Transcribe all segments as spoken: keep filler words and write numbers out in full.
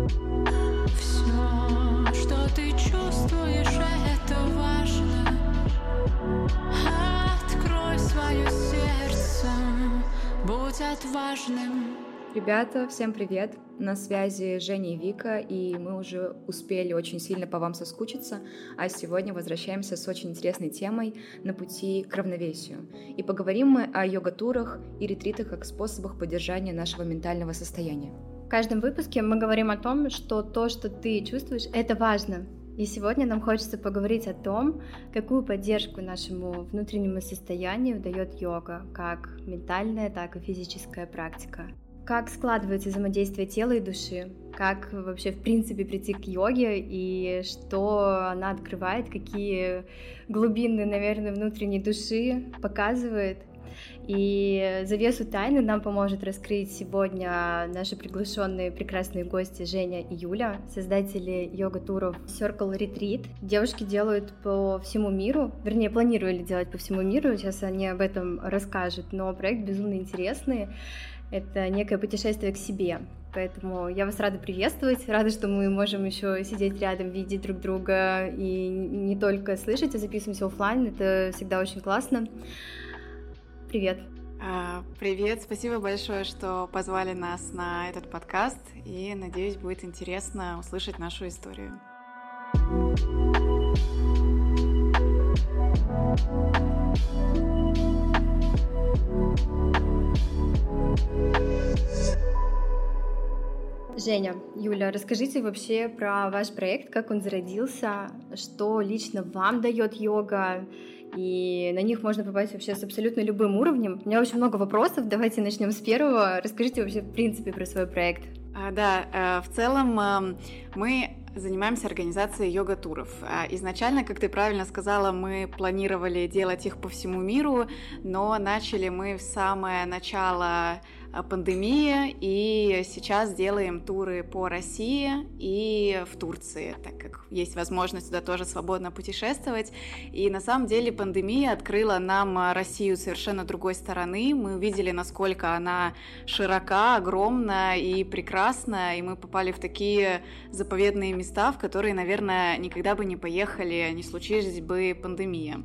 Все, что ты чувствуешь, это важно. Открой свое сердце, будь отважным. Ребята, всем привет! На связи Женя и Вика, и мы уже успели очень сильно по вам соскучиться, а сегодня возвращаемся с очень интересной темой на пути к равновесию. И поговорим мы о йога-турах и ретритах как способах поддержания нашего ментального состояния. В каждом выпуске мы говорим о том, что то, что ты чувствуешь, это важно. И сегодня нам хочется поговорить о том, какую поддержку нашему внутреннему состоянию дает йога, как ментальная, так и физическая практика. Как складывается взаимодействие тела и души, как вообще в принципе прийти к йоге и что она открывает, какие глубины, наверное, внутренней души показывает. И завесу тайны нам поможет раскрыть сегодня наши приглашенные прекрасные гости Женя и Юля, создатели йога-туров Circle Retreat. Девушки делают по всему миру, вернее, планировали делать по всему миру, сейчас они об этом расскажут, но проект безумно интересный. Это некое путешествие к себе, поэтому я вас рада приветствовать, рада, что мы можем еще сидеть рядом, видеть друг друга и не только слышать, а записываемся офлайн, это всегда очень классно. Привет! Привет, спасибо большое, что позвали нас на этот подкаст, и надеюсь, будет интересно услышать нашу историю. Женя, Юля, расскажите вообще про ваш проект, как он зародился, что лично вам дает йога, и на них можно попасть вообще с абсолютно любым уровнем. У меня очень много вопросов, давайте начнем с первого. Расскажите вообще в принципе про свой проект. А, да, в целом мы занимаемся организацией йога-туров. Изначально, как ты правильно сказала, мы планировали делать их по всему миру, но начали мы в самое начало пандемии, и сейчас делаем туры по России и в Турции, так как есть возможность туда тоже свободно путешествовать. И на самом деле пандемия открыла нам Россию совершенно другой стороны. Мы увидели, насколько она широка, огромна и прекрасна, и мы попали в такие заповедные места, в которые, наверное, никогда бы не поехали, не случилась бы пандемия.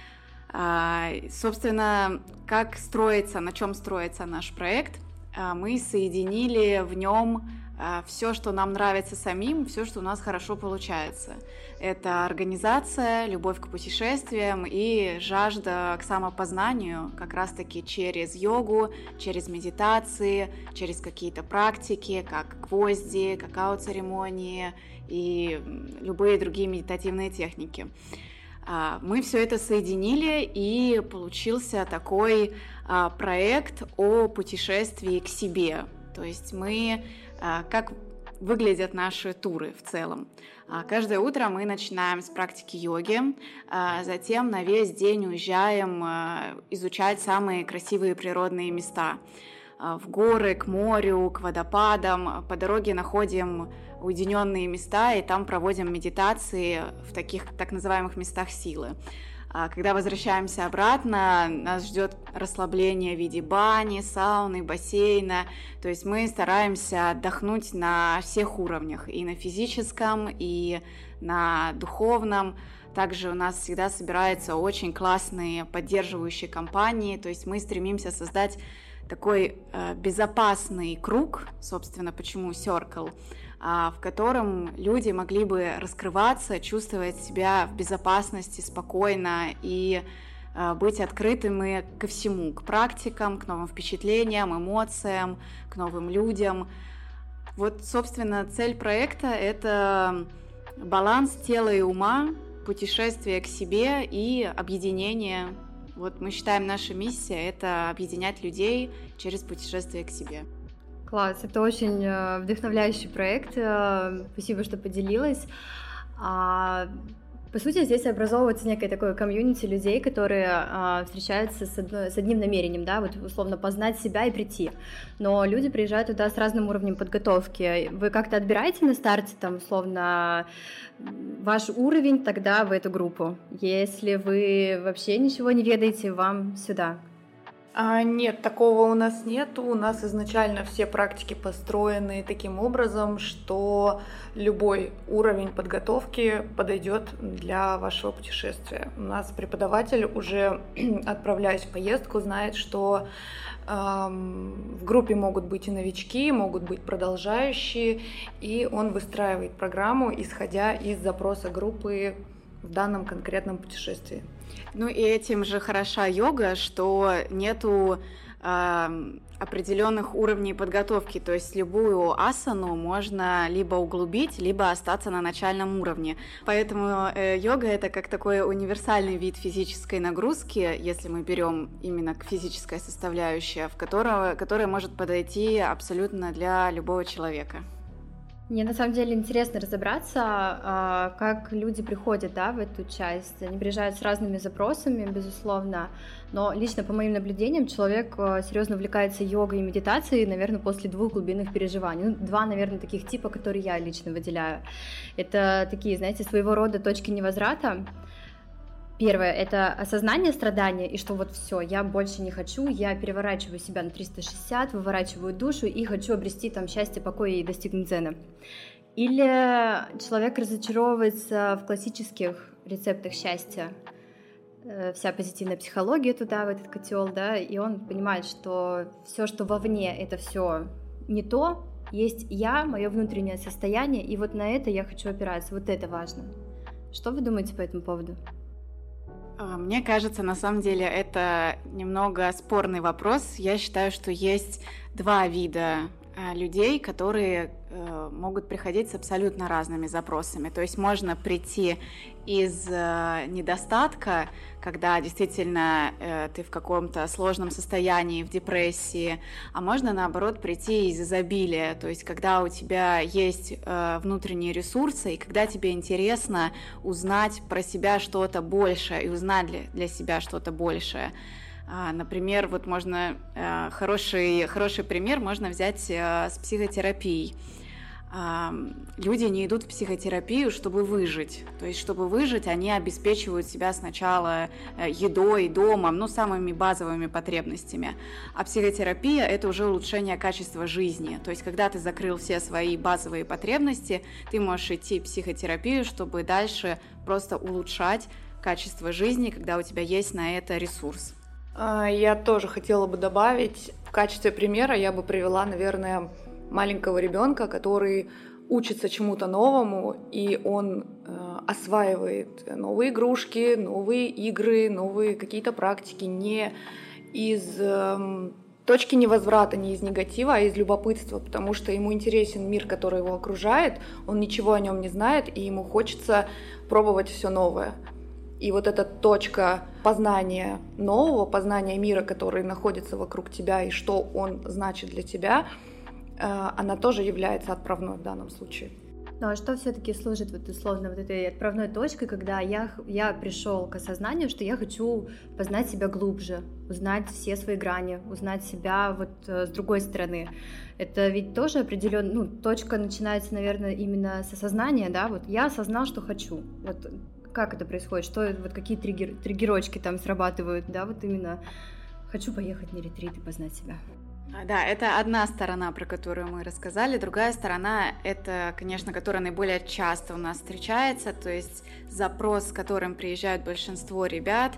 Собственно, как строится, на чем строится наш проект? Мы соединили в нем все, что нам нравится самим, все, что у нас хорошо получается. Это организация, любовь к путешествиям и жажда к самопознанию, как раз-таки через йогу, через медитации, через какие-то практики, как гвозди, какао-церемонии и любые другие медитативные техники. Мы все это соединили, и получился такой проект о путешествии к себе. То есть мы, как выглядят наши туры в целом. Каждое утро мы начинаем с практики йоги, затем на весь день уезжаем изучать самые красивые природные места. В горы, к морю, к водопадам. По дороге находим уединенные места и там проводим медитации в таких так называемых местах силы. Когда возвращаемся обратно, нас ждет расслабление в виде бани, сауны, бассейна. То есть мы стараемся отдохнуть на всех уровнях, и на физическом, и на духовном. Также у нас всегда собираются очень классные поддерживающие компании, то есть мы стремимся создать такой э, безопасный круг, собственно, почему Circle, э, в котором люди могли бы раскрываться, чувствовать себя в безопасности, спокойно и э, быть открытыми ко всему, к практикам, к новым впечатлениям, эмоциям, к новым людям. Вот, собственно, цель проекта – это баланс тела и ума, путешествие к себе и объединение. Вот мы считаем, наша миссия – это объединять людей через путешествие к себе. Класс, это очень вдохновляющий проект. Спасибо, что поделилась. По сути, здесь образовывается некое такое комьюнити людей, которые а, встречаются с, одно, с одним намерением, да, вот условно познать себя и прийти. Но люди приезжают туда с разным уровнем подготовки. Вы как-то отбираете на старте, там, условно, ваш уровень тогда в эту группу. Если вы вообще ничего не ведаете, вам сюда. А, нет, такого у нас нет. У нас изначально все практики построены таким образом, что любой уровень подготовки подойдет для вашего путешествия. У нас преподаватель, уже отправляясь в поездку, знает, что эм, в группе могут быть и новички, могут быть продолжающие, и он выстраивает программу, исходя из запроса группы в данном конкретном путешествии. Ну и этим же хороша йога, что нету э, определенных уровней подготовки, то есть любую асану можно либо углубить, либо остаться на начальном уровне. Поэтому э, йога — это как такой универсальный вид физической нагрузки, если мы берем именно к физической составляющей, в которого, которая может подойти абсолютно для любого человека. Мне на самом деле интересно разобраться, как люди приходят, да, в эту часть. Они приезжают с разными запросами, безусловно, но лично по моим наблюдениям человек серьезно увлекается йогой и медитацией, наверное, после двух глубинных переживаний. Ну, два, наверное, таких типа, которые я лично выделяю. Это такие, знаете, своего рода точки невозврата. Первое — это осознание страдания, и что вот все, я больше не хочу, я переворачиваю себя на триста шестьдесят, выворачиваю душу и хочу обрести там счастье, покой и достигнуть дзена. Или человек разочаровывается в классических рецептах счастья, вся позитивная психология туда, в этот котел, да, и он понимает, что все, что вовне, это все не то, есть я, мое внутреннее состояние, и вот на это я хочу опираться, вот это важно. Что вы думаете по этому поводу? Мне кажется, на самом деле это немного спорный вопрос. Я считаю, что есть два вида людей, которые могут приходить с абсолютно разными запросами. То есть можно прийти из недостатка, когда действительно ты в каком-то сложном состоянии, в депрессии, а можно, наоборот, прийти из изобилия, то есть когда у тебя есть внутренние ресурсы, и когда тебе интересно узнать про себя что-то большее и узнать для, для себя что-то большее. Например, вот можно хороший, хороший пример можно взять с психотерапией. Люди не идут в психотерапию, чтобы выжить. То есть, чтобы выжить, они обеспечивают себя сначала едой, домом, ну, самыми базовыми потребностями. А психотерапия – это уже улучшение качества жизни. То есть, когда ты закрыл все свои базовые потребности, ты можешь идти в психотерапию, чтобы дальше просто улучшать качество жизни, когда у тебя есть на это ресурс. Я тоже хотела бы добавить, в качестве примера я бы привела, наверное, маленького ребенка, который учится чему-то новому, и он э, осваивает новые игрушки, новые игры, новые какие-то практики не из э, точки невозврата, не из негатива, а из любопытства, потому что ему интересен мир, который его окружает, он ничего о нем не знает, и ему хочется пробовать все новое. И вот эта точка познания нового, познания мира, который находится вокруг тебя, и что он значит для тебя, она тоже является отправной в данном случае. Ну а что все-таки служит вот условно вот этой отправной точкой, когда я, я пришел к осознанию, что я хочу познать себя глубже, узнать все свои грани, узнать себя вот с другой стороны. Это ведь тоже определенно, ну, точка начинается, наверное, именно с осознания, да, вот я осознал, что хочу. Вот как это происходит, что вот какие триггер, триггерочки там срабатывают, да, вот именно хочу поехать на ретрит и познать себя. Да, это одна сторона, про которую мы рассказали. Другая сторона, это, конечно, которая наиболее часто у нас встречается, то есть запрос, с которым приезжают большинство ребят,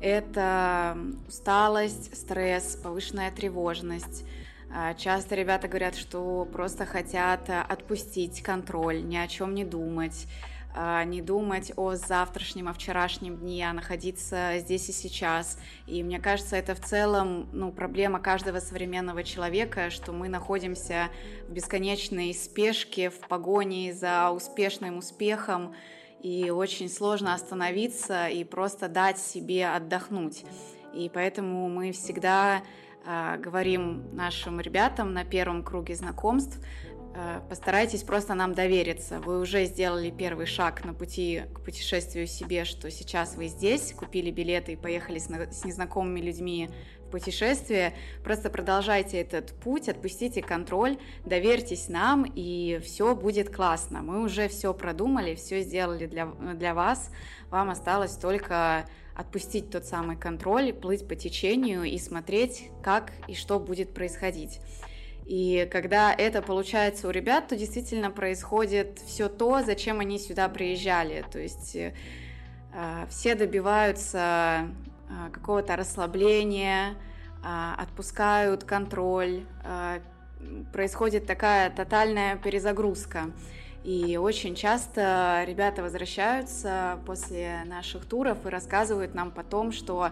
это усталость, стресс, повышенная тревожность. Часто ребята говорят, что просто хотят отпустить контроль, ни о чем не думать, не думать о завтрашнем, о вчерашнем дне, а находиться здесь и сейчас. И мне кажется, это в целом, ну, проблема каждого современного человека, что мы находимся в бесконечной спешке, в погоне за успешным успехом, и очень сложно остановиться и просто дать себе отдохнуть. И поэтому мы всегда э, говорим нашим ребятам на первом круге знакомств: постарайтесь просто нам довериться. Вы уже сделали первый шаг на пути к путешествию себе, что сейчас вы здесь, купили билеты и поехали с незнакомыми людьми путешествие. Просто продолжайте этот путь, отпустите контроль, доверьтесь нам, и все будет классно. Мы уже все продумали, все сделали для, для вас. Вам осталось только отпустить тот самый контроль, плыть по течению и смотреть, как и что будет происходить. И когда это получается у ребят, то действительно происходит все то, зачем они сюда приезжали. То есть э, все добиваются э, какого-то расслабления, э, отпускают контроль, э, происходит такая тотальная перезагрузка. И очень часто ребята возвращаются после наших туров и рассказывают нам потом, что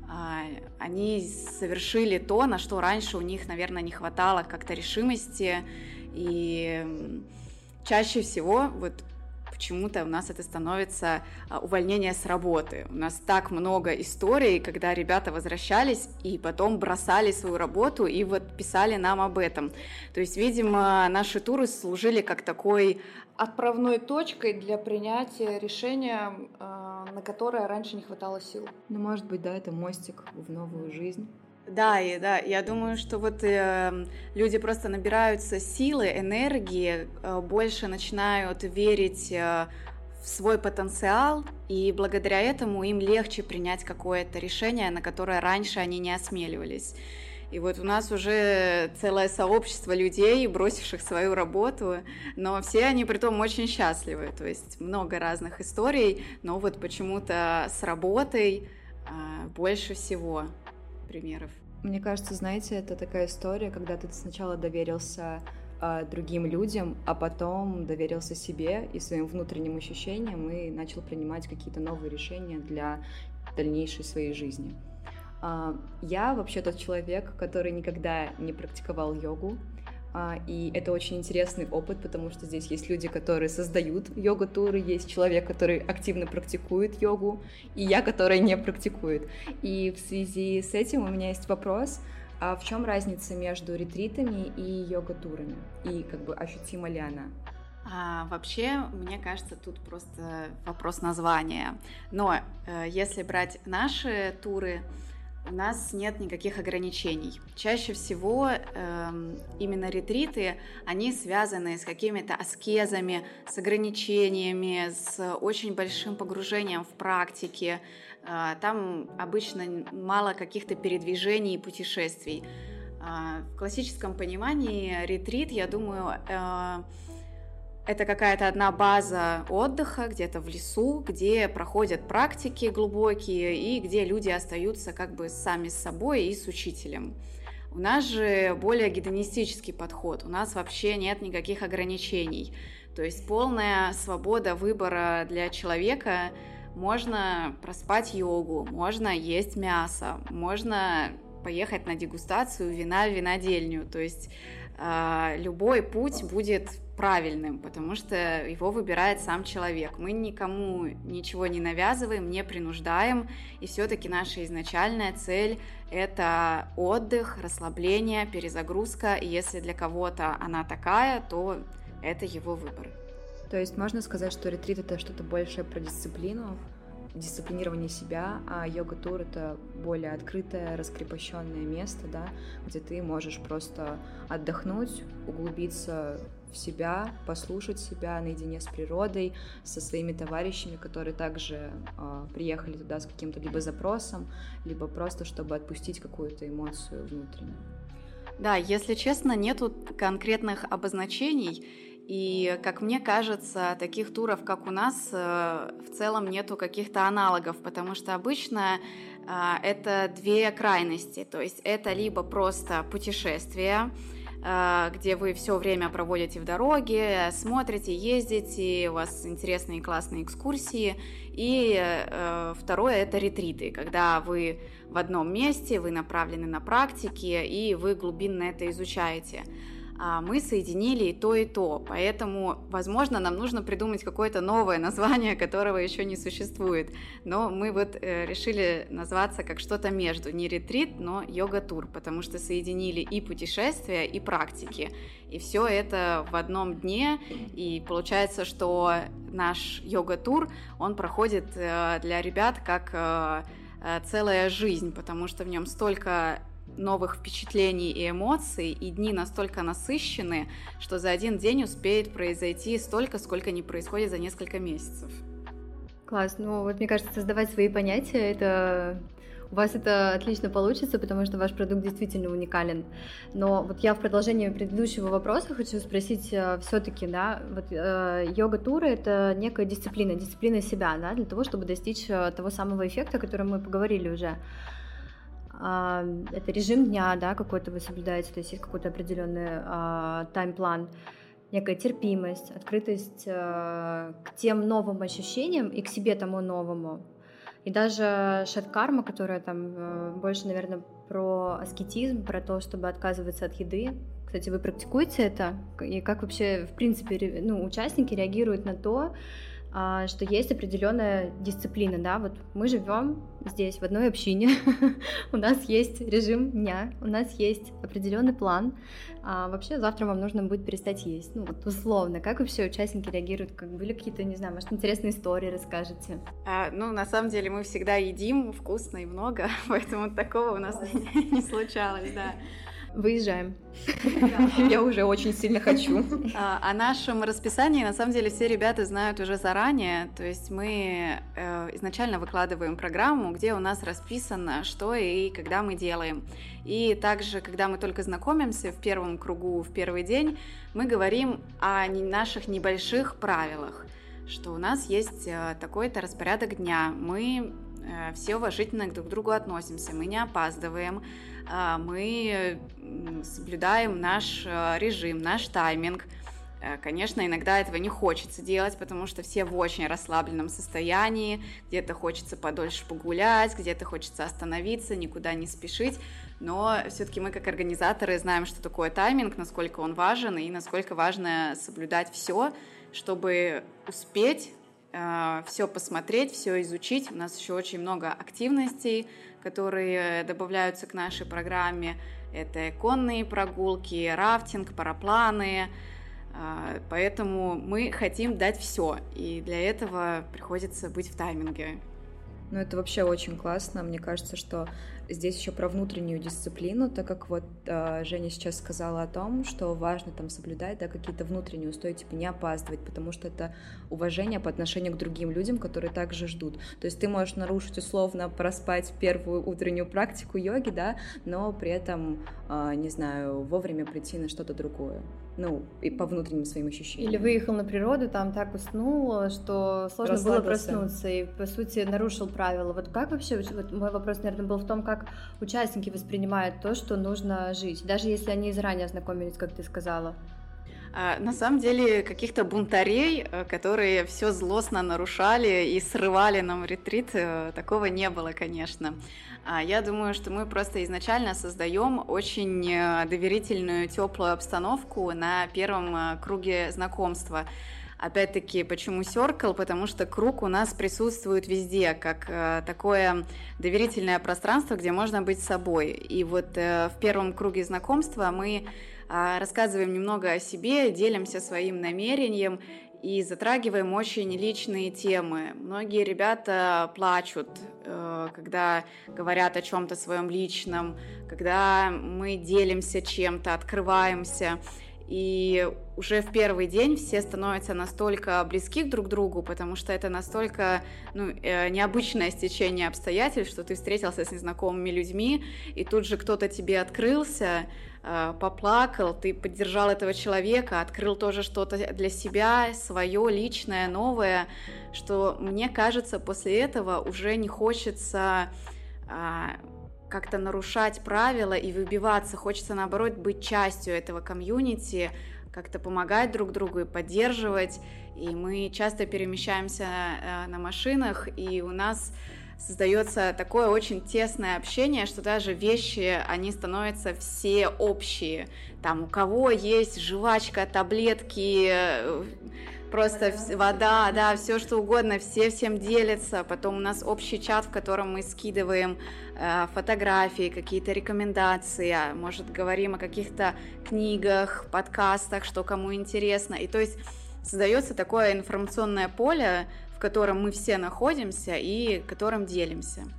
они совершили то, на что раньше у них, наверное, не хватало как-то решимости. И чаще всего вот почему-то у нас это становится увольнение с работы. У нас так много историй, когда ребята возвращались и потом бросали свою работу и вот писали нам об этом. То есть, видимо, наши туры служили как такой отправной точкой для принятия решения, на которое раньше не хватало сил. Ну, может быть, да, это мостик в новую жизнь. Да, и да, я думаю, что вот э, люди просто набираются силы, энергии, э, больше начинают верить э, в свой потенциал, и благодаря этому им легче принять какое-то решение, на которое раньше они не осмеливались. И вот у нас уже целое сообщество людей, бросивших свою работу, но все они притом очень счастливы, то есть много разных историй, но вот почему-то с работой э, больше всего примеров. Мне кажется, знаете, это такая история, когда ты сначала доверился э, другим людям, а потом доверился себе и своим внутренним ощущениям и начал принимать какие-то новые решения для дальнейшей своей жизни. Э, я вообще тот человек, который никогда не практиковал йогу, и это очень интересный опыт, потому что здесь есть люди, которые создают йога-туры, есть человек, который активно практикует йогу, и я, которая не практикует. И в связи с этим у меня есть вопрос, а в чем разница между ретритами и йога-турами? И как бы ощутима ли она? А, вообще, мне кажется, тут просто вопрос названия. Но э, если брать наши туры, у нас нет никаких ограничений. Чаще всего э, именно ретриты, они связаны с какими-то аскезами, с ограничениями, с очень большим погружением в практики. Э, там обычно мало каких-то передвижений и путешествий. Э, в классическом понимании ретрит, я думаю, э, это какая-то одна база отдыха где-то в лесу, где проходят практики глубокие и где люди остаются как бы сами с собой и с учителем. У нас же более гедонистический подход, у нас вообще нет никаких ограничений. То есть полная свобода выбора для человека. Можно проспать йогу, можно есть мясо, можно поехать на дегустацию вина в винодельню. То есть э, любой путь будет правильным, потому что его выбирает сам человек. Мы никому ничего не навязываем, не принуждаем, и все-таки наша изначальная цель – это отдых, расслабление, перезагрузка, и если для кого-то она такая, то это его выбор. То есть можно сказать, что ретрит – это что-то большее про дисциплину, дисциплинирование себя, а йога-тур — это более открытое, раскрепощенное место, да, где ты можешь просто отдохнуть, углубиться в себя, послушать себя наедине с природой, со своими товарищами, которые также э, приехали туда с каким-то либо запросом, либо просто чтобы отпустить какую-то эмоцию внутреннюю. Да, если честно, нету конкретных обозначений. И, как мне кажется, таких туров, как у нас, в целом нету каких-то аналогов, потому что обычно это две крайности. То есть это либо просто путешествие, где вы все время проводите в дороге, смотрите, ездите, у вас интересные и классные экскурсии. И второе – это ретриты, когда вы в одном месте, вы направлены на практики, и вы глубинно это изучаете. Мы соединили и то, и то, поэтому, возможно, нам нужно придумать какое-то новое название, которого еще не существует, но мы вот э, решили назваться как что-то между, не ретрит, но йога-тур, потому что соединили и путешествия, и практики, и все это в одном дне, и получается, что наш йога-тур, он проходит э, для ребят как э, целая жизнь, потому что в нем столько новых впечатлений и эмоций, и дни настолько насыщены, что за один день успеет произойти столько, сколько не происходит за несколько месяцев. Класс. Ну, вот мне кажется, создавать свои понятия, это... У вас это отлично получится, потому что ваш продукт действительно уникален. Но вот я в продолжении предыдущего вопроса хочу спросить все-таки, да, вот э, йога-туры — это некая дисциплина, дисциплина себя, да, для того, чтобы достичь того самого эффекта, о котором мы поговорили уже. Э, это режим дня, да, какой-то вы соблюдаете, то есть есть какой-то определенный э, тайм-план, некая терпимость, открытость э, к тем новым ощущениям и к себе тому новому. И даже шат-карма, которая там больше, наверное, про аскетизм, про то, чтобы отказываться от еды. Кстати, вы практикуете это? И как вообще, в принципе, ну, участники реагируют на то, что есть определенная дисциплина, да, вот мы живем здесь, в одной общине, у нас есть режим дня, у нас есть определенный план, а вообще завтра вам нужно будет перестать есть, ну вот условно, как вообще участники реагируют, как были какие-то, не знаю, может, интересные истории расскажете? А, ну, на самом деле мы всегда едим вкусно и много, поэтому такого у нас не, не случалось, да. Выезжаем. Я уже очень сильно хочу. О нашем расписании, на самом деле, все ребята знают уже заранее. То есть мы изначально выкладываем программу, где у нас расписано, что и когда мы делаем. И также, когда мы только знакомимся в первом кругу, в первый день, мы говорим о наших небольших правилах, что у нас есть такой-то распорядок дня. Мы все уважительно друг к другу относимся, мы не опаздываем, мы соблюдаем наш режим, наш тайминг. Конечно, иногда этого не хочется делать, потому что все в очень расслабленном состоянии, где-то хочется подольше погулять, где-то хочется остановиться, никуда не спешить, но все-таки мы как организаторы знаем, что такое тайминг, насколько он важен и насколько важно соблюдать все, чтобы успеть все посмотреть, все изучить. У нас еще очень много активностей, которые добавляются к нашей программе. Это конные прогулки, рафтинг, парапланы. Поэтому мы хотим дать все, и для этого приходится быть в тайминге. Ну, это вообще очень классно. Мне кажется, что здесь еще про внутреннюю дисциплину, так как вот э, Женя сейчас сказала о том, что важно там соблюдать, да, какие-то внутренние устои, типа не опаздывать, потому что это уважение по отношению к другим людям, которые также ждут. То есть ты можешь нарушить условно, проспать первую утреннюю практику йоги, да, но при этом, э, не знаю, вовремя прийти на что-то другое. Ну, и по внутренним своим ощущениям. Или выехал на природу, там так уснул, что сложно было проснуться, и, по сути, нарушил правила. Вот как вообще, вот мой вопрос, наверное, был в том, как участники воспринимают то, что нужно жить, даже если они заранее ознакомились, как ты сказала? На самом деле, каких-то бунтарей, которые все злостно нарушали и срывали нам ретрит, такого не было, конечно. Я думаю, что мы просто изначально создаем очень доверительную, теплую обстановку на первом круге знакомства. Опять-таки, почему Circle? Потому что круг у нас присутствует везде, как э, такое доверительное пространство, где можно быть собой. И вот э, в первом круге знакомства мы э, рассказываем немного о себе, делимся своим намерением и затрагиваем очень личные темы. Многие ребята плачут, э, когда говорят о чем-то своем личном, когда мы делимся чем-то, открываемся. И уже в первый день все становятся настолько близки друг к другу, потому что это настолько ну, необычное стечение обстоятельств, что ты встретился с незнакомыми людьми, и тут же кто-то тебе открылся, поплакал, ты поддержал этого человека, открыл тоже что-то для себя, свое, личное, новое, что, мне кажется, после этого уже не хочется как-то нарушать правила и выбиваться. Хочется, наоборот, быть частью этого комьюнити, как-то помогать друг другу и поддерживать. И мы часто перемещаемся на машинах, и у нас создается такое очень тесное общение, что даже вещи, они становятся все общие. Там у кого есть жвачка, таблетки, просто вода, да, все что угодно, все всем делятся. Потом у нас общий чат, в котором мы скидываем э, фотографии, какие-то рекомендации, может, говорим о каких-то книгах, подкастах, что кому интересно. И то есть создается такое информационное поле, в котором мы все находимся и которым делимся.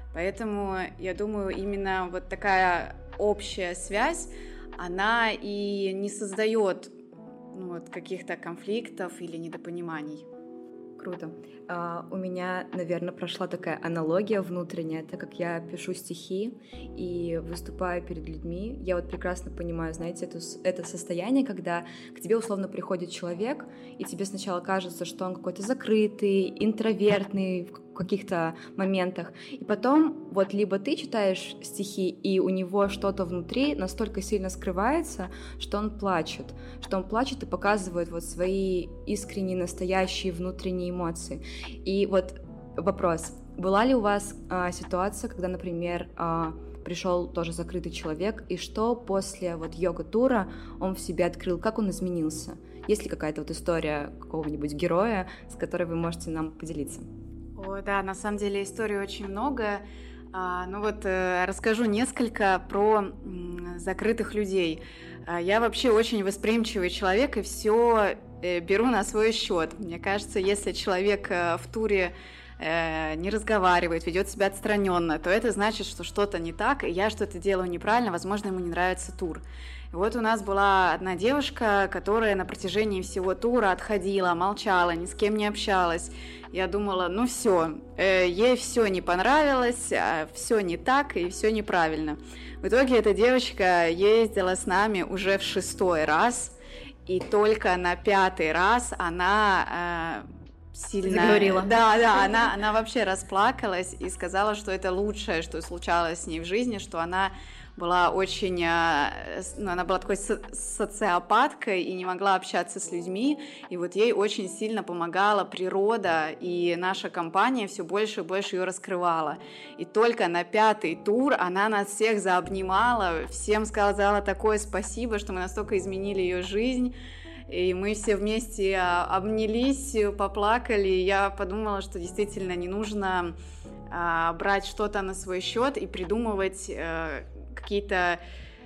Поэтому, я думаю, именно вот такая общая связь, она и не создает ну, вот, каких-то конфликтов или недопониманий. Круто. Uh, у меня, наверное, прошла такая аналогия внутренняя, так как я пишу стихи и выступаю перед людьми. Я вот прекрасно понимаю, знаете, это, это состояние, когда к тебе условно приходит человек, и тебе сначала кажется, что он какой-то закрытый, интровертный в каких-то моментах, и потом вот либо ты читаешь стихи, и у него что-то внутри настолько сильно скрывается, что он плачет, что он плачет и показывает вот свои искренние, настоящие внутренние эмоции. И вот вопрос, была ли у вас а, ситуация, когда, например, а, пришел тоже закрытый человек, и что после вот йога-тура он в себе открыл, как он изменился? Есть ли какая-то вот история какого-нибудь героя, с которой вы можете нам поделиться? О, да, на самом деле историй очень много. А, ну вот э, расскажу несколько про м, закрытых людей. А, я вообще очень восприимчивый человек и все э, беру на свой счет. Мне кажется, если человек э, в туре э, не разговаривает, ведет себя отстраненно, то это значит, что что-то не так, и я что-то делаю неправильно, возможно, ему не нравится тур. И вот у нас была одна девушка, которая на протяжении всего тура отходила, молчала, ни с кем не общалась. Я думала, ну все, э, ей все не понравилось, э, все не так и все неправильно. В итоге эта девочка ездила с нами уже в шестой раз, и только на пятый раз она э, сильно... Заговорила. Да, да, она, она вообще расплакалась и сказала, что это лучшее, что случалось с ней в жизни, что она... была очень, ну, она была такой социопаткой и не могла общаться с людьми, и вот ей очень сильно помогала природа, и наша компания все больше и больше ее раскрывала. И только на пятый тур она нас всех заобнимала, всем сказала такое спасибо, что мы настолько изменили ее жизнь, и мы все вместе обнялись, поплакали, и я подумала, что действительно не нужно брать что-то на свой счет и придумывать какие-то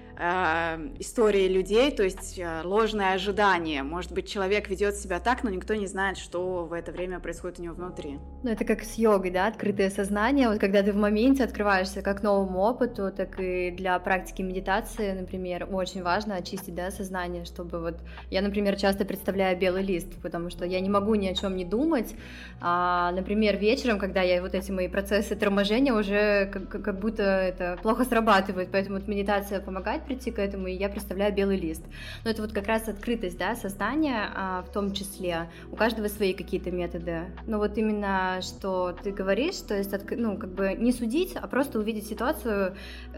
э, истории людей, то есть э, ложное ожидание. Может быть, человек ведет себя так, но никто не знает, что в это время происходит у него внутри. Ну, это как с йогой, да, открытое сознание. Вот когда ты в моменте открываешься как новому опыту, так и для практики медитации, например, очень важно очистить, да, сознание, чтобы вот... Я, например, часто представляю белый лист, потому что я не могу ни о чем не думать. А, например, вечером, когда я вот эти мои процессы торможения уже как, как будто это плохо срабатывает, поэтому вот медитация помогает прийти к этому, и я представляю белый лист. Но это вот как раз открытость, да, сознания, а, в том числе. У каждого свои какие-то методы. Но вот именно что ты говоришь, то есть, ну, как бы не судить, а просто увидеть ситуацию,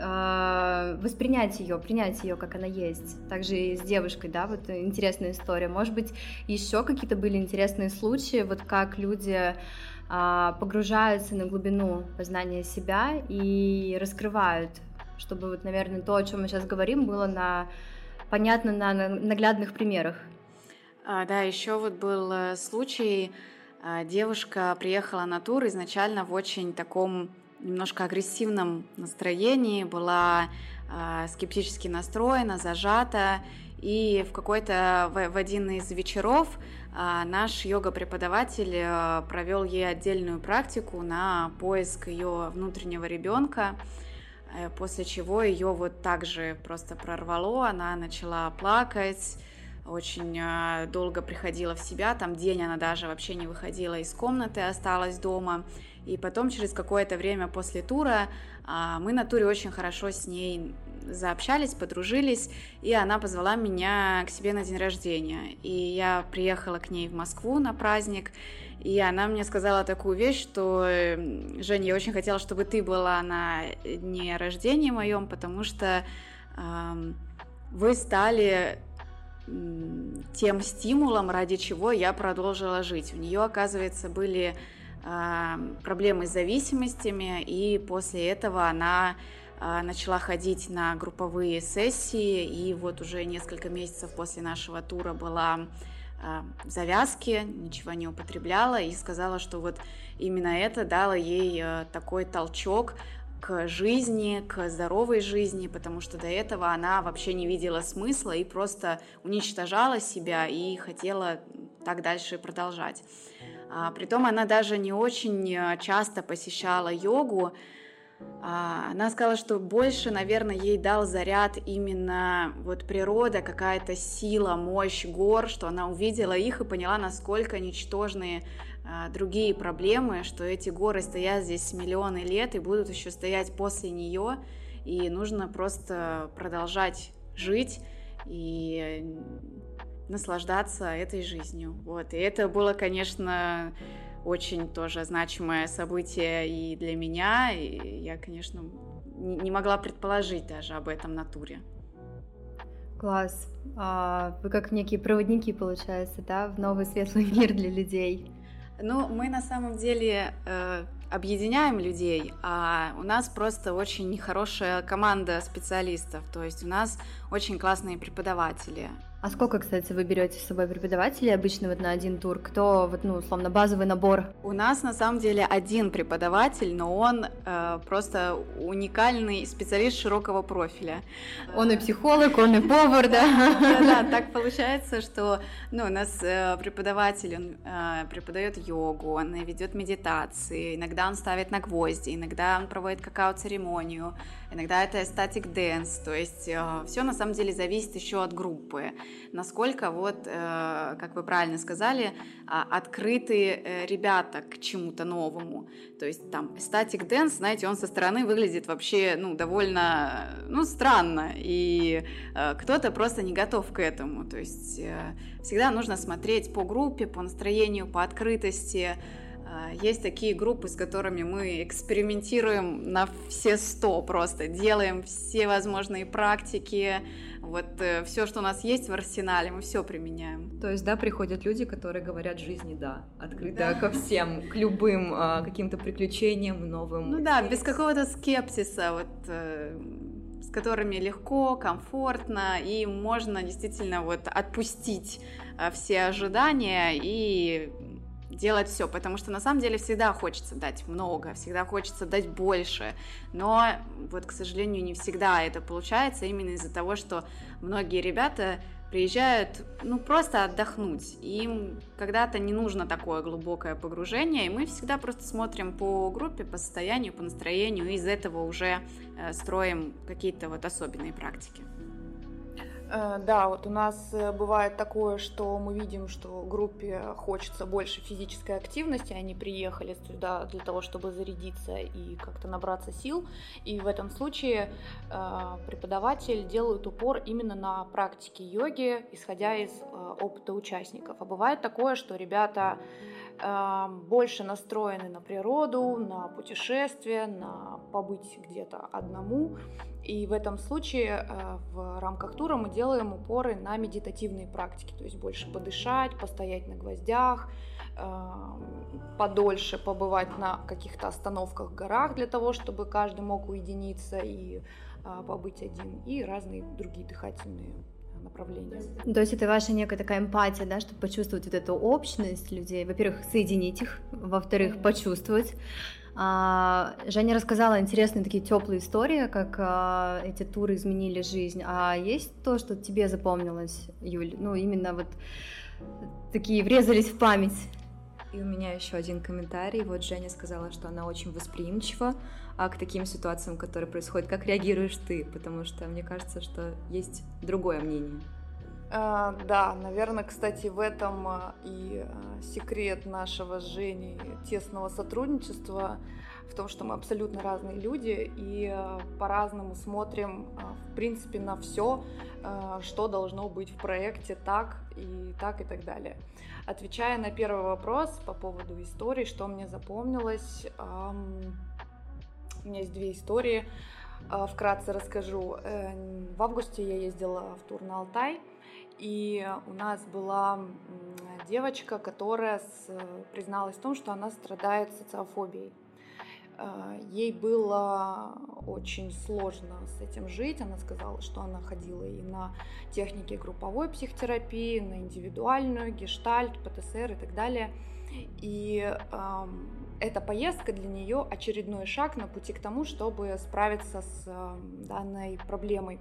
э, воспринять ее, принять ее, как она есть. Также и с девушкой, да, вот интересная история. Может быть, еще какие-то были интересные случаи, вот как люди э, погружаются на глубину познания себя и раскрывают, чтобы вот, наверное, то, о чем мы сейчас говорим, было на, понятно на, на наглядных примерах. А, да, еще вот был случай, девушка приехала на тур изначально в очень таком немножко агрессивном настроении, была а, скептически настроена, зажата, и в какой-то, в, в один из вечеров а, наш йога-преподаватель а, провел ей отдельную практику на поиск ее внутреннего ребенка, после чего ее вот так же просто прорвало, она начала плакать, очень долго приходила в себя, там день она даже вообще не выходила из комнаты, осталась дома. И потом через какое-то время после тура мы на туре очень хорошо с ней заобщались, подружились, и она позвала меня к себе на день рождения. И я приехала к ней в Москву на праздник, и она мне сказала такую вещь, что: Женя, я очень хотела, чтобы ты была на дне рождения моем, потому что э, вы стали тем стимулом, ради чего я продолжила жить. У нее, оказывается, были э, проблемы с зависимостями, и после этого она э, начала ходить на групповые сессии, и вот уже несколько месяцев после нашего тура была э, в завязке, ничего не употребляла, и сказала, что вот именно это дало ей э, такой толчок к жизни, к здоровой жизни, потому что до этого она вообще не видела смысла и просто уничтожала себя и хотела так дальше продолжать. А, притом она даже не очень часто посещала йогу, Она сказала, что больше, наверное, ей дал заряд именно вот природа, какая-то сила, мощь гор, что она увидела их и поняла, насколько ничтожные другие проблемы, что эти горы стоят здесь миллионы лет и будут еще стоять после нее, и нужно просто продолжать жить и наслаждаться этой жизнью. Вот. И это было, конечно, очень тоже значимое событие и для меня, и я, конечно, не могла предположить даже об этом натуре. Класс. А вы как некие проводники, получается, да, в новый светлый мир для людей? Ну, мы на самом деле э, объединяем людей, а у нас просто очень хорошая команда специалистов, то есть у нас очень классные преподаватели. А сколько, кстати, вы берете с собой преподавателей обычно вот на один тур? Кто, вот, ну, условно, базовый набор? У нас на самом деле один преподаватель, но он э, просто уникальный специалист широкого профиля. Он и психолог, он и повар, да? Да, да, так получается, что ну, у нас э, преподаватель, он э, преподает йогу, он ведет медитации, иногда он ставит на гвозди, иногда он проводит какао-церемонию, иногда это статик дэнс, то есть э, все на самом деле зависит еще от группы. Насколько, вот, э, как вы правильно сказали, э, открыты э, ребята к чему-то новому. То есть там статик дэнс, знаете, он со стороны выглядит вообще ну, довольно ну, странно, и э, кто-то просто не готов к этому. То есть э, всегда нужно смотреть по группе, по настроению, по открытости. Есть такие группы, с которыми мы экспериментируем на все сто просто, делаем все возможные практики, вот все, что у нас есть в арсенале, мы все применяем. То есть, да, приходят люди, которые говорят жизни «да», открыто да. ко всем, к любым а, каким-то приключениям новым. Ну да, без какого-то скепсиса, вот, э, с которыми легко, комфортно, и можно действительно вот отпустить э, все ожидания и делать все, потому что на самом деле всегда хочется дать много, всегда хочется дать больше, но вот, к сожалению, не всегда это получается именно из-за того, что многие ребята приезжают, ну, просто отдохнуть, им когда-то не нужно такое глубокое погружение, и мы всегда просто смотрим по группе, по состоянию, по настроению, и из этого уже э, строим какие-то вот особенные практики. Да, вот у нас бывает такое, что мы видим, что группе хочется больше физической активности, они приехали сюда для того, чтобы зарядиться и как-то набраться сил, и в этом случае преподаватель делает упор именно на практике йоги, исходя из опыта участников. А бывает такое, что ребята больше настроены на природу, на путешествие, на побыть где-то одному. И в этом случае в рамках тура мы делаем упоры на медитативные практики, то есть больше подышать, постоять на гвоздях, подольше побывать на каких-то остановках в горах для того, чтобы каждый мог уединиться и побыть один, и разные другие дыхательные направления. То есть это ваша некая такая эмпатия, да, чтобы почувствовать вот эту общность людей, во-первых, соединить их, во-вторых, почувствовать. А, Женя рассказала интересные такие теплые истории, как а, эти туры изменили жизнь. А есть то, что тебе запомнилось, Юль? Ну, именно вот такие врезались в память. И у меня еще один комментарий. Вот Женя сказала, что она очень восприимчива а к таким ситуациям, которые происходят. Как реагируешь ты? Потому что мне кажется, что есть другое мнение. Uh, да, наверное, кстати, в этом uh, и uh, секрет нашего с Женей тесного сотрудничества, в том, что мы абсолютно разные люди и uh, по-разному смотрим, uh, в принципе, на все, uh, что должно быть в проекте так и так и так далее. Отвечая на первый вопрос по поводу истории, что мне запомнилось, um, у меня есть две истории, uh, вкратце расскажу. Uh, в августе я ездила в тур на Алтай. И у нас была девочка, которая призналась в том, что она страдает социофобией. Ей было очень сложно с этим жить. Она сказала, что она ходила и на техники групповой психотерапии, на индивидуальную, гештальт, ПТСР и так далее. И э, эта поездка для нее очередной шаг на пути к тому, чтобы справиться с э, данной проблемой.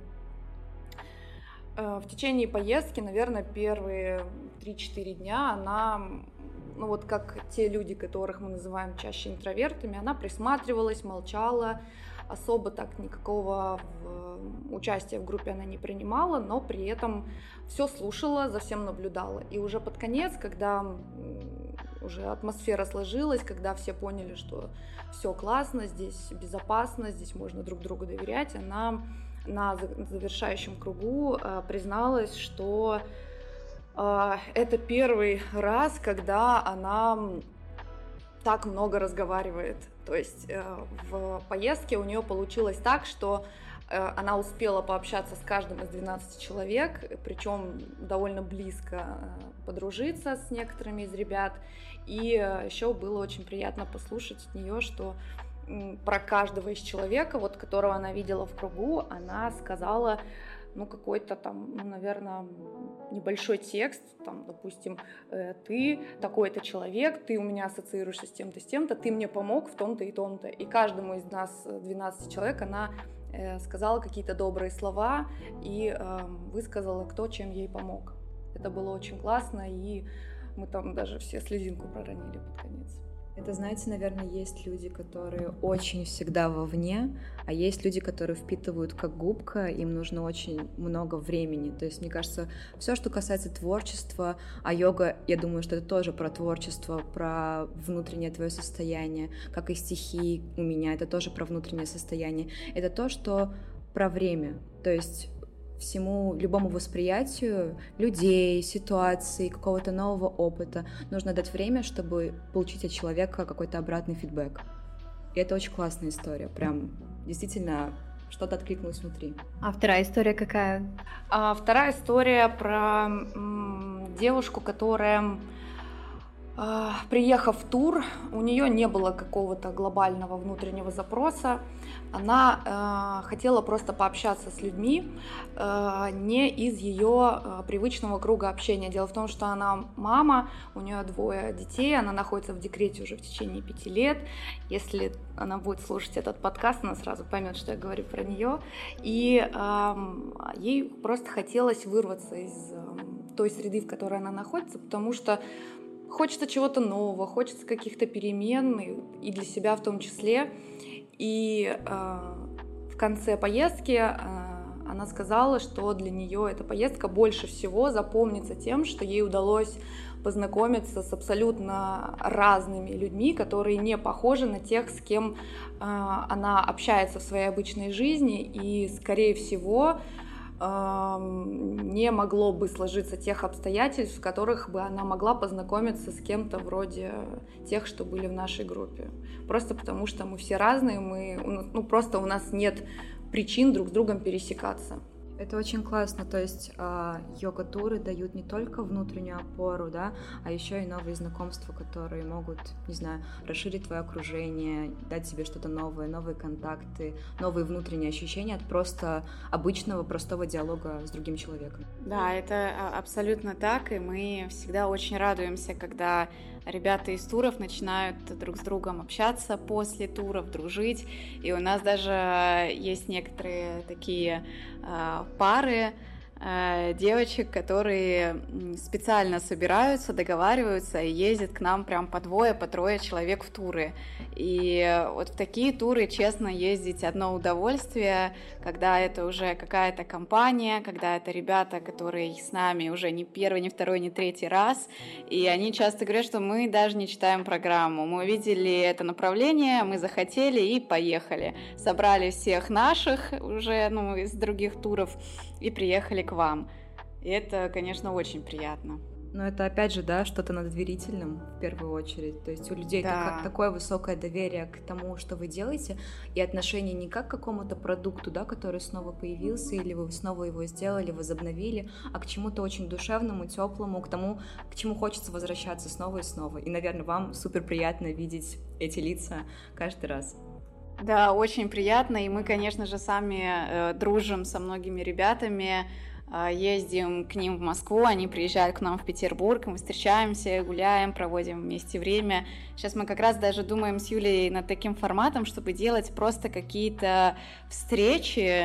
В течение поездки, наверное, первые три-четыре дня она ну вот как те люди, которых мы называем чаще интровертами, она присматривалась, молчала, особо так никакого участия в группе она не принимала, но при этом все слушала, за всем наблюдала. И уже под конец, когда уже атмосфера сложилась, когда все поняли, что все классно, здесь безопасно, здесь можно друг другу доверять, она на завершающем кругу призналась, что это первый раз, когда она так много разговаривает. То есть в поездке у нее получилось так, что она успела пообщаться с каждым из двенадцати человек, причем довольно близко подружиться с некоторыми из ребят. И еще было очень приятно послушать от нее, что про каждого из человека, вот которого она видела в кругу, она сказала, ну, какой-то там, ну, наверное, небольшой текст, там, допустим, ты такой-то человек, ты у меня ассоциируешься с тем-то, с тем-то, ты мне помог в том-то и том-то. И каждому из нас, двенадцати человек, она сказала какие-то добрые слова и высказала, кто чем ей помог. Это было очень классно, и мы там даже все слезинку проронили под конец. Это, знаете, наверное, есть люди, которые очень всегда вовне, а есть люди, которые впитывают как губка, им нужно очень много времени. То есть, мне кажется, все, что касается творчества, а йога, я думаю, что это тоже про творчество, про внутреннее твое состояние, как и стихи у меня, это тоже про внутреннее состояние. Это то, что про время. То есть всему, любому восприятию людей, ситуаций, какого-то нового опыта нужно дать время, чтобы получить от человека какой-то обратный фидбэк. И это очень классная история, прям действительно что-то откликнулось внутри. А вторая история какая? А вторая история про м, девушку, которая, э, приехав в тур, у нее не было какого-то глобального внутреннего запроса. Она э, хотела просто пообщаться с людьми, э, не из ее э, привычного круга общения. Дело в том, что она мама, у нее двое детей, она находится в декрете уже в течение пяти лет. Если она будет слушать этот подкаст, она сразу поймет, что я говорю про нее. И э, ей просто хотелось вырваться из э, той среды, в которой она находится, потому что хочется чего-то нового, хочется каких-то перемен, и для себя в том числе. И э, в конце поездки э, она сказала, что для нее эта поездка больше всего запомнится тем, что ей удалось познакомиться с абсолютно разными людьми, которые не похожи на тех, с кем э, она общается в своей обычной жизни, и, скорее всего, не могло бы сложиться тех обстоятельств, в которых бы она могла познакомиться с кем-то вроде тех, что были в нашей группе. Просто потому, что мы все разные, мы, ну, просто у нас нет причин друг с другом пересекаться. Это очень классно, то есть э, йога-туры дают не только внутреннюю опору, да, а еще и новые знакомства, которые могут, не знаю, расширить твое окружение, дать тебе что-то новое, новые контакты, новые внутренние ощущения от просто обычного, простого диалога с другим человеком. Да, это абсолютно так, и мы всегда очень радуемся, когда ребята из туров начинают друг с другом общаться после туров, дружить, и у нас даже есть некоторые такие э, пары э, девочек, которые специально собираются, договариваются и ездят к нам прям по двое, по трое человек в туры. И вот в такие туры, честно, ездить одно удовольствие, когда это уже какая-то компания, когда это ребята, которые с нами уже не первый, не второй, не третий раз, и они часто говорят, что мы даже не читаем программу, мы увидели это направление, мы захотели и поехали, собрали всех наших уже, ну, из других туров и приехали к вам. И это, конечно, очень приятно. Но это, опять же, да, что-то над доверительным в первую очередь. То есть у людей да. так, такое высокое доверие к тому, что вы делаете, и отношение не как к какому-то продукту, да, который снова появился, или вы снова его сделали, возобновили, а к чему-то очень душевному, теплому, к тому, к чему хочется возвращаться снова и снова. И, наверное, вам супер приятно видеть эти лица каждый раз. Да, очень приятно, и мы, конечно же, сами э, дружим со многими ребятами, ездим к ним в Москву, они приезжают к нам в Петербург, мы встречаемся, гуляем, проводим вместе время. Сейчас мы как раз даже думаем с Юлей над таким форматом, чтобы делать просто какие-то встречи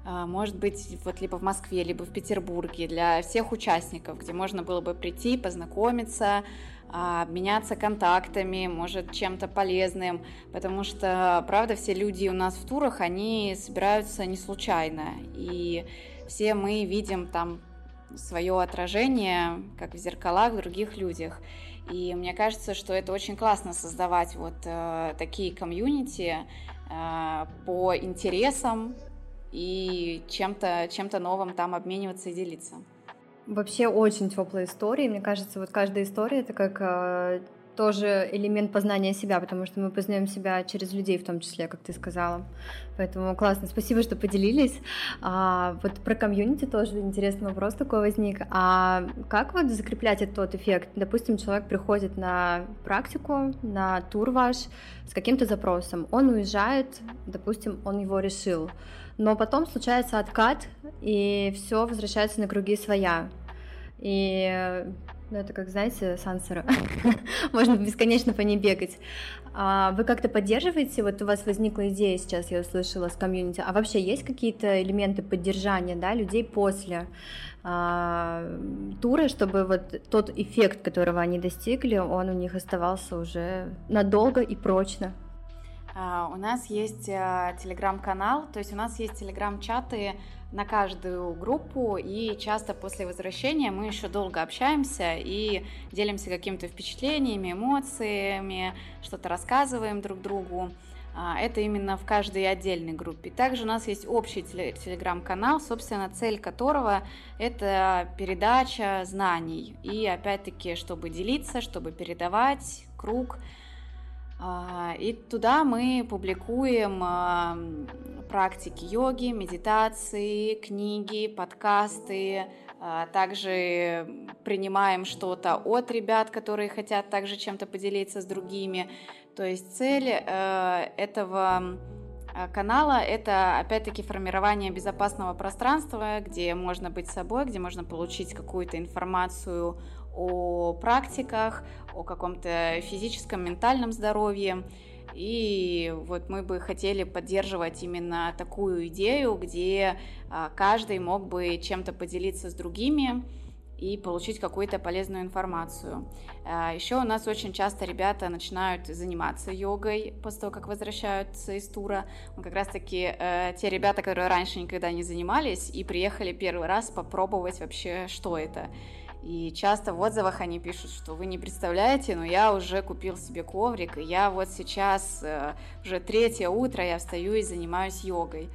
может быть, вот либо в Москве, либо в Петербурге, для всех участников, где можно было бы прийти, познакомиться, обменяться контактами, может, чем-то полезным, потому что, правда, все люди у нас в турах, они собираются не случайно, и все мы видим там свое отражение, как в зеркалах, в других людях. И мне кажется, что это очень классно создавать вот э, такие комьюнити э, по интересам и чем-то, чем-то новым там обмениваться и делиться. Вообще очень теплая история. Мне кажется, вот каждая история — это как э, тоже элемент познания себя, потому что мы познаем себя через людей в том числе, как ты сказала. Поэтому классно. Спасибо, что поделились. А, вот про комьюнити тоже интересный вопрос такой возник. А как вот закреплять этот эффект? Допустим, человек приходит на практику, на тур ваш с каким-то запросом. Он уезжает, допустим, он его решил. Но потом случается откат, и все возвращается на круги своя. И ну, это как, знаете, сансара. Можно бесконечно по ней бегать. А вы как-то поддерживаете? Вот у вас возникла идея сейчас, я услышала, с комьюнити. А вообще есть какие-то элементы поддержания, да, людей после а, тура, чтобы вот тот эффект, которого они достигли, он у них оставался уже надолго и прочно? Uh, у нас есть uh, телеграм-канал, то есть у нас есть телеграм-чаты на каждую группу, и часто после возвращения мы еще долго общаемся и делимся какими-то впечатлениями, эмоциями, что-то рассказываем друг другу. Uh, это именно в каждой отдельной группе. Также у нас есть общий телеграм-канал, собственно, цель которого – это передача знаний. И опять-таки, чтобы делиться, чтобы передавать круг. И туда мы публикуем практики йоги, медитации, книги, подкасты. Также принимаем что-то от ребят, которые хотят также чем-то поделиться с другими. То есть цель этого канала – это, опять-таки, формирование безопасного пространства, где можно быть собой, где можно получить какую-то информацию о практиках, о каком-то физическом, ментальном здоровье. И вот мы бы хотели поддерживать именно такую идею, где каждый мог бы чем-то поделиться с другими и получить какую-то полезную информацию. Еще у нас очень часто ребята начинают заниматься йогой после того, как возвращаются из тура. Как раз-таки те ребята, которые раньше никогда не занимались и приехали первый раз попробовать вообще, что это. И часто в отзывах они пишут, что вы не представляете, но я уже купил себе коврик, и я вот сейчас, уже третье утро, я встаю и занимаюсь йогой.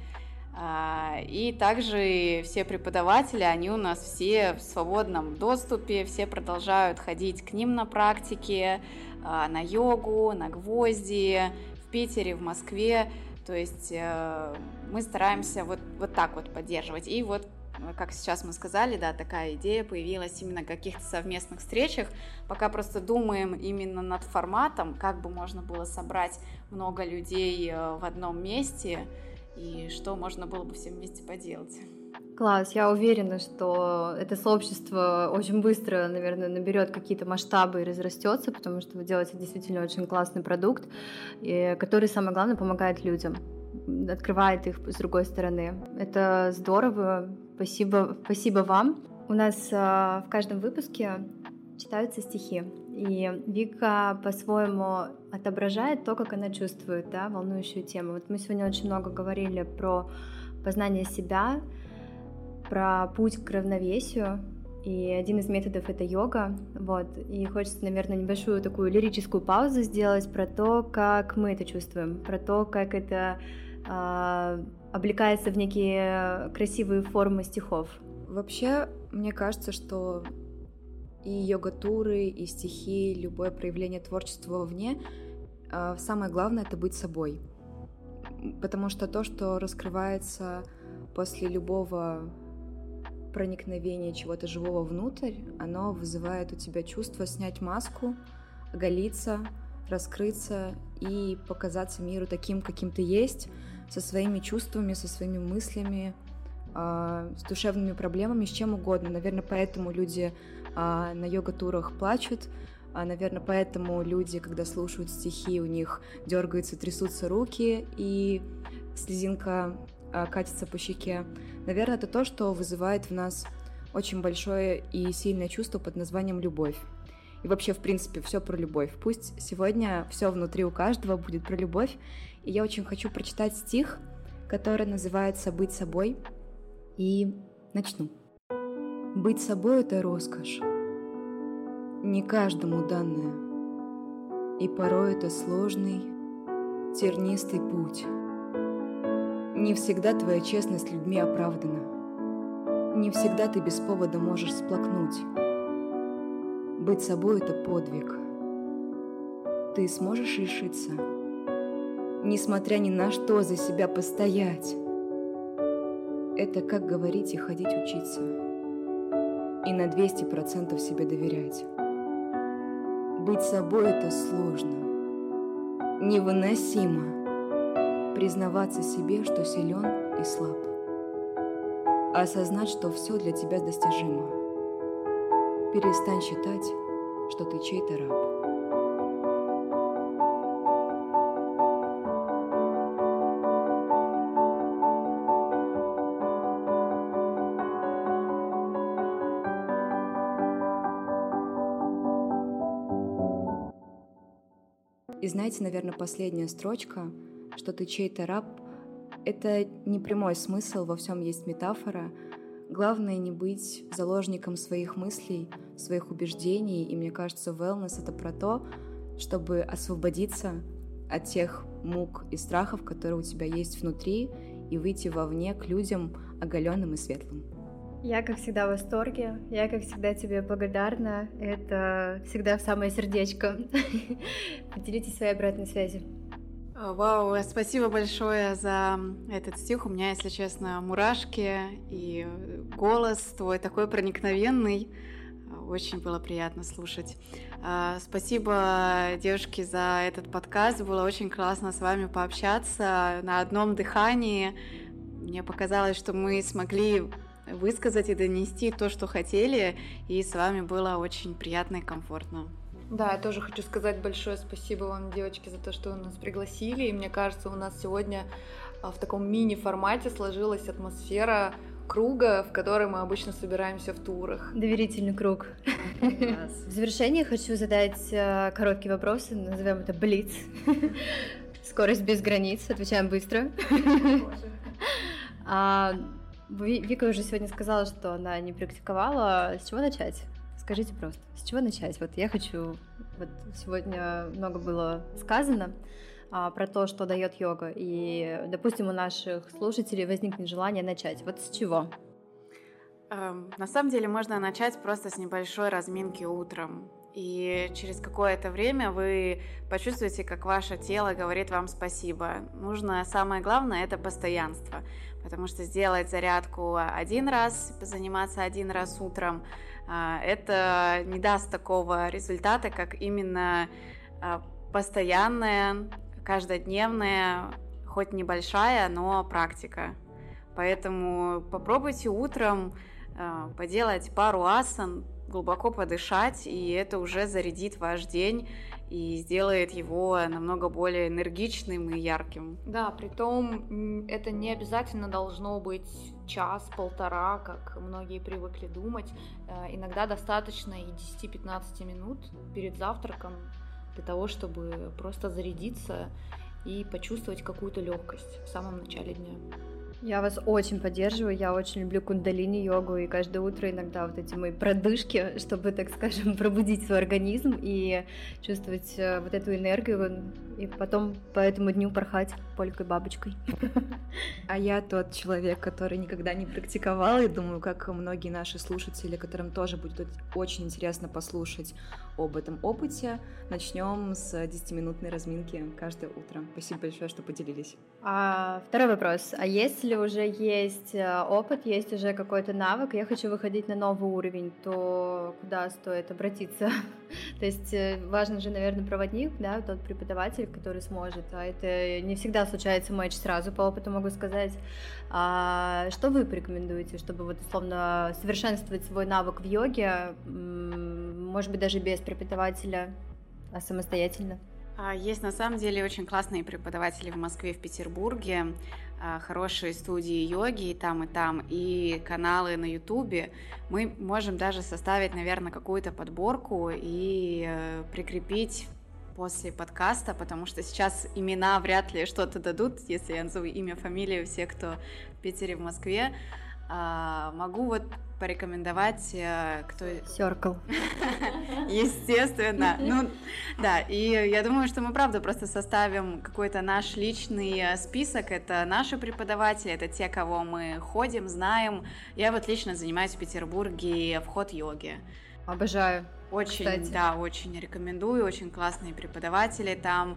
И также все преподаватели, они у нас все в свободном доступе, все продолжают ходить к ним на практики, на йогу, на гвозди, в Питере, в Москве. То есть мы стараемся вот, вот так вот поддерживать. И вот, как сейчас мы сказали, да, такая идея появилась именно в каких-то совместных встречах. Пока просто думаем именно над форматом, как бы можно было собрать много людей в одном месте и что можно было бы всем вместе поделать. Класс, я уверена, что это сообщество очень быстро, наверное, наберет какие-то масштабы и разрастется, потому что вы делаете действительно очень классный продукт, который, самое главное, помогает людям, открывает их с другой стороны. Это здорово. Спасибо, спасибо вам. У нас э, в каждом выпуске читаются стихи, и Вика по-своему отображает то, как она чувствует, да, волнующую тему. Вот мы сегодня очень много говорили про познание себя, про путь к равновесию, и один из методов — это йога, вот, и хочется, наверное, небольшую такую лирическую паузу сделать про то, как мы это чувствуем, про то, как это э, облекается в некие красивые формы стихов. Вообще, мне кажется, что и йога-туры, и стихи, любое проявление творчества вовне, самое главное — это быть собой. Потому что то, что раскрывается после любого проникновения чего-то живого внутрь, оно вызывает у тебя чувство снять маску, оголиться, раскрыться и показаться миру таким, каким ты есть, со своими чувствами, со своими мыслями, с душевными проблемами, с чем угодно. Наверное, поэтому люди на йога-турах плачут, наверное, поэтому люди, когда слушают стихи, у них дергаются, трясутся руки, и слезинка а, катится по щеке, наверное, это то, что вызывает в нас очень большое и сильное чувство под названием любовь. И вообще, в принципе, все про любовь. Пусть сегодня все внутри у каждого будет про любовь. И я очень хочу прочитать стих, который называется «Быть собой». И начну. Быть собой — это роскошь, не каждому данная, и порой это сложный, тернистый путь. Не всегда твоя честность с людьми оправдана, не всегда ты без повода можешь сплакнуть. Быть собой — это подвиг. Ты сможешь решиться, несмотря ни на что, за себя постоять. Это как говорить и ходить учиться, и на двести процентов себе доверять. Быть собой — это сложно, невыносимо. Признаваться себе, что силен и слаб. Осознать, что все для тебя достижимо. Перестань считать, что ты чей-то раб. И знаете, наверное, последняя строчка, что ты чей-то раб, это не прямой смысл, во всем есть метафора. Главное не быть заложником своих мыслей, своих убеждений. И мне кажется, wellness — это про то, чтобы освободиться от тех мук и страхов, которые у тебя есть внутри, и выйти вовне к людям оголенным и светлым. Я, как всегда, в восторге. Я, как всегда, тебе благодарна. Это всегда в самое сердечко. Поделитесь своей обратной связью. Вау, спасибо большое за этот стих. У меня, если честно, мурашки, и голос твой такой проникновенный. Очень было приятно слушать. Спасибо, девушки, за этот подкаст. Было очень классно с вами пообщаться на одном дыхании. Мне показалось, что мы смогли высказать и донести то, что хотели, и с вами было очень приятно и комфортно. Да, я тоже хочу сказать большое спасибо вам, девочки, за то, что вы нас пригласили. И мне кажется, у нас сегодня в таком мини-формате сложилась атмосфера круга, в которой мы обычно собираемся в турах. Доверительный круг. В завершение хочу задать короткие вопросы, назовем это блиц. Скорость без границ, отвечаем быстро. Вика уже сегодня сказала, что она не практиковала. С чего начать? Скажите просто, с чего начать? Вот я хочу... Вот сегодня много было сказано а, про то, что дает йога. И, допустим, у наших слушателей возникнет желание начать. Вот с чего? Эм, на самом деле можно начать просто с небольшой разминки утром. И через какое-то время вы почувствуете, как ваше тело говорит вам спасибо. Нужно, самое главное, это постоянство. Потому что сделать зарядку один раз, заниматься один раз утром, это не даст такого результата, как именно постоянная, каждодневная, хоть небольшая, но практика. Поэтому попробуйте утром поделать пару асан, глубоко подышать, и это уже зарядит ваш день и сделает его намного более энергичным и ярким. Да, притом это не обязательно должно быть час-полтора, как многие привыкли думать. Иногда достаточно и десять-пятнадцать минут перед завтраком для того, чтобы просто зарядиться и почувствовать какую-то легкость в самом начале дня. Я вас очень поддерживаю, я очень люблю кундалини-йогу, и каждое утро иногда вот эти мои продышки, чтобы, так скажем, пробудить свой организм и чувствовать вот эту энергию, и потом по этому дню порхать полькой-бабочкой. А я тот человек, который никогда не практиковал, и думаю, как многие наши слушатели, которым тоже будет очень интересно послушать об этом опыте, начнем с десятиминутной разминки каждое утро. Спасибо большое, что поделились. А, второй вопрос. А если уже есть опыт, есть уже какой-то навык, я хочу выходить на новый уровень, то куда стоит обратиться? То есть важно же, наверное, проводник, да, тот преподаватель, который сможет, а это не всегда случается матч сразу, по опыту могу сказать. А что вы порекомендуете, чтобы вот условно совершенствовать свой навык в йоге, может быть, даже без преподавателя, а самостоятельно? Есть на самом деле очень классные преподаватели в Москве и в Петербурге. хорошие студии йоги и там, и там, и каналы на Ютубе, мы можем даже составить, наверное, какую-то подборку и прикрепить после подкаста, потому что сейчас имена вряд ли что-то дадут, если я назову имя, фамилию, все, кто в Питере, в Москве. Могу вот порекомендовать, кто... Circle. Естественно. Ну, да, и я думаю, что мы, правда, просто составим какой-то наш личный список. Это наши преподаватели, это те, кого мы ходим, знаем. Я вот лично занимаюсь в Петербурге в хот-йоге. Обожаю. Очень, кстати. Да, очень рекомендую, очень классные преподаватели там.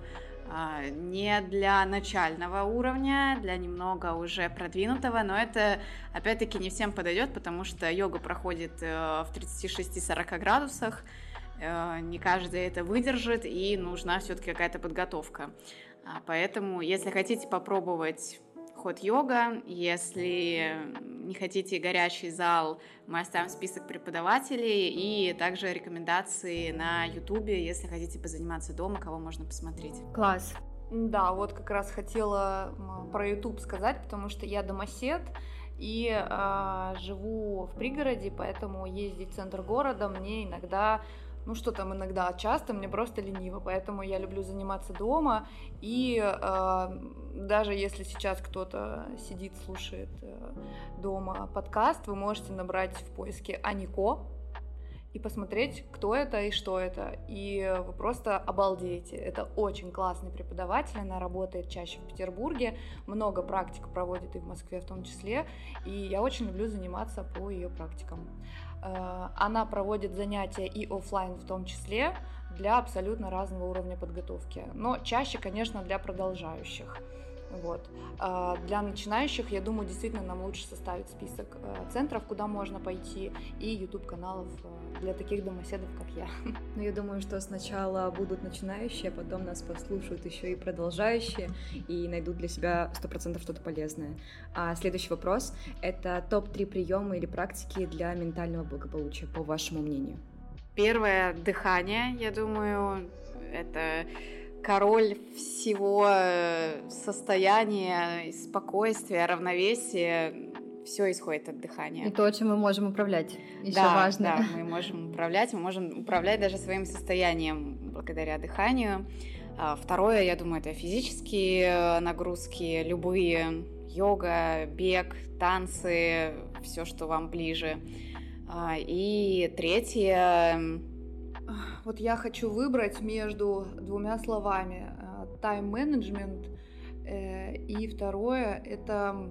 Не для начального уровня, для немного уже продвинутого, но это, опять-таки, не всем подойдет, потому что йога проходит в тридцати шести сорока градусах, не каждый это выдержит, и нужна все-таки какая-то подготовка. Поэтому, если хотите попробовать хот-йога, если не хотите горячий зал, мы оставим список преподавателей и также рекомендации на Ютубе, если хотите позаниматься дома, кого можно посмотреть. Класс. Да, вот как раз хотела про YouTube сказать, потому что я домосед и э, живу в пригороде, поэтому ездить в центр города мне иногда... Ну что там иногда, часто мне просто лениво, поэтому я люблю заниматься дома, и э, даже если сейчас кто-то сидит, слушает э, дома подкаст, вы можете набрать в поиске Анико и посмотреть, кто это и что это, и вы просто обалдеете. Это очень классный преподаватель, она работает чаще в Петербурге, много практик проводит и в Москве в том числе, и я очень люблю заниматься по ее практикам. Она проводит занятия и офлайн в том числе для абсолютно разного уровня подготовки, но чаще, конечно, для продолжающих. Вот. Для начинающих, я думаю, действительно нам лучше составить список центров, куда можно пойти, и YouTube-каналов для таких домоседов, как я. Ну, я думаю, что сначала будут начинающие, а потом нас послушают еще и продолжающие, и найдут для себя сто процентов что-то полезное. А следующий вопрос — это топ три приема или практики для ментального благополучия, по вашему мнению? Первое — дыхание, я думаю, это... король всего состояния, спокойствия, равновесия, все исходит от дыхания. И то, чем мы можем управлять, еще да, важно. Да, мы можем управлять, мы можем управлять даже своим состоянием благодаря дыханию. Второе, я думаю, это физические нагрузки, любые, йога, бег, танцы, все, что вам ближе. И третье... Вот я хочу выбрать между двумя словами: тайм-менеджмент, и второе — это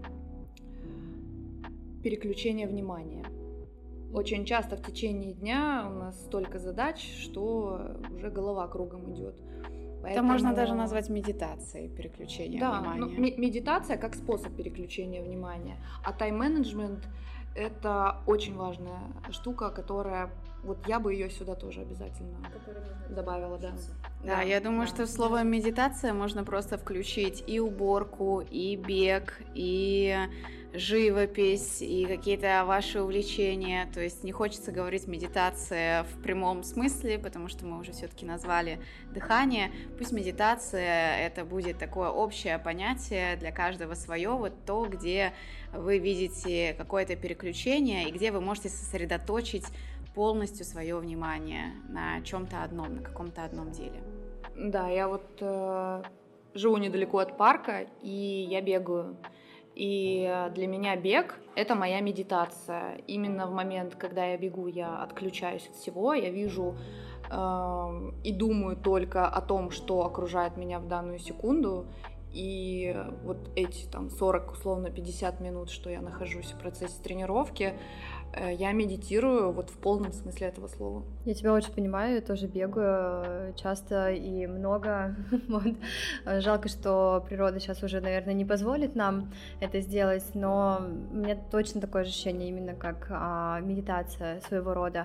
переключение внимания. Очень часто в течение дня у нас столько задач, что уже голова кругом идет. Поэтому... Это Поэтому... можно даже назвать медитацией, переключение да, внимания. Ну, м- медитация как способ переключения внимания, а тайм-менеджмент — это очень важная штука, которая... Вот я бы ее сюда тоже обязательно добавила, да. Да, да, я думаю, да. что в слово медитация можно просто включить и уборку, и бег, и живопись, и какие-то ваши увлечения. То есть не хочется говорить медитация в прямом смысле, потому что мы уже все-таки назвали дыхание. Пусть медитация — это будет такое общее понятие, для каждого свое, вот то, где вы видите какое-то переключение и где вы можете сосредоточить полностью свое внимание на чем-то одном, на каком-то одном деле. Да, я вот э, живу недалеко от парка, и я бегаю. И для меня бег — это моя медитация. Именно в момент, когда я бегу, я отключаюсь от всего, я вижу э, и думаю только о том, что окружает меня в данную секунду. И вот эти там сорок, условно пятьдесят минут, что я нахожусь в процессе тренировки, я медитирую вот в полном смысле этого слова. Я тебя очень понимаю, я тоже бегаю часто и много. Вот. Жалко, что природа сейчас уже, наверное, не позволит нам это сделать, но у меня точно такое ощущение, именно как а, медитация своего рода.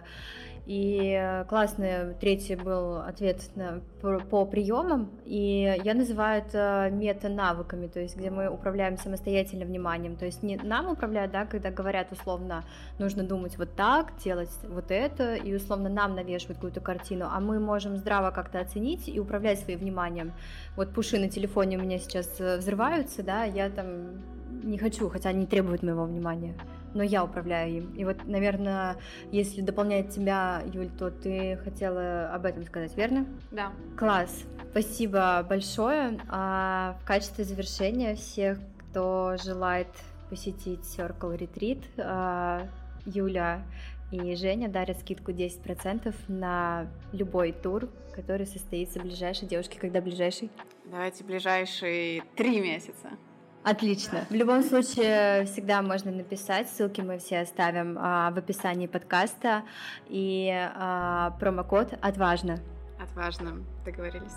И классный третий был ответ на, по, по приемам, и я называю это мета-навыками, то есть где мы управляем самостоятельно вниманием, то есть не нам управляют, да, когда говорят условно, нужно думать вот так, делать вот это, и условно нам навешивают какую-то картину, а мы можем здраво как-то оценить и управлять своим вниманием. Вот пуши на телефоне у меня сейчас взрываются, да, я там не хочу, хотя они требуют моего внимания, но я управляю им. И вот, наверное, если дополнять тебя, Юль, то ты хотела об этом сказать, верно? Да. Класс. Спасибо большое. А в качестве завершения всех, кто желает посетить Circle Retreat, Юля и Женя дарят скидку десять процентов на любой тур, который состоится в ближайшие. Девушки, когда ближайший? Давайте ближайшие три месяца. Отлично. В любом случае, всегда можно написать. Ссылки мы все оставим а, в описании подкаста. И а, промокод «Отважно». Отважно. Договорились.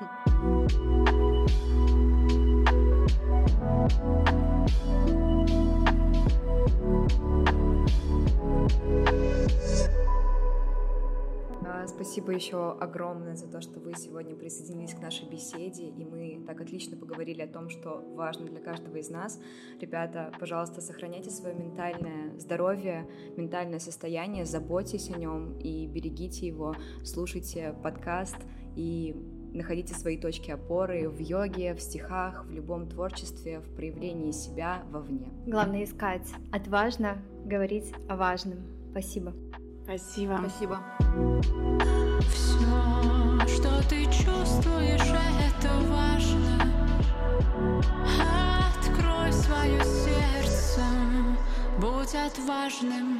Спасибо еще огромное за то, что вы сегодня присоединились к нашей беседе, и мы так отлично поговорили о том, что важно для каждого из нас. Ребята, пожалуйста, сохраняйте свое ментальное здоровье, ментальное состояние, заботьтесь о нем и берегите его, слушайте подкаст и находите свои точки опоры в йоге, в стихах, в любом творчестве, в проявлении себя вовне. Главное искать. Отважно говорить о важном. Спасибо. Спасибо. Спасибо. Все, что ты чувствуешь, это важно. Открой свое сердце, будь отважным.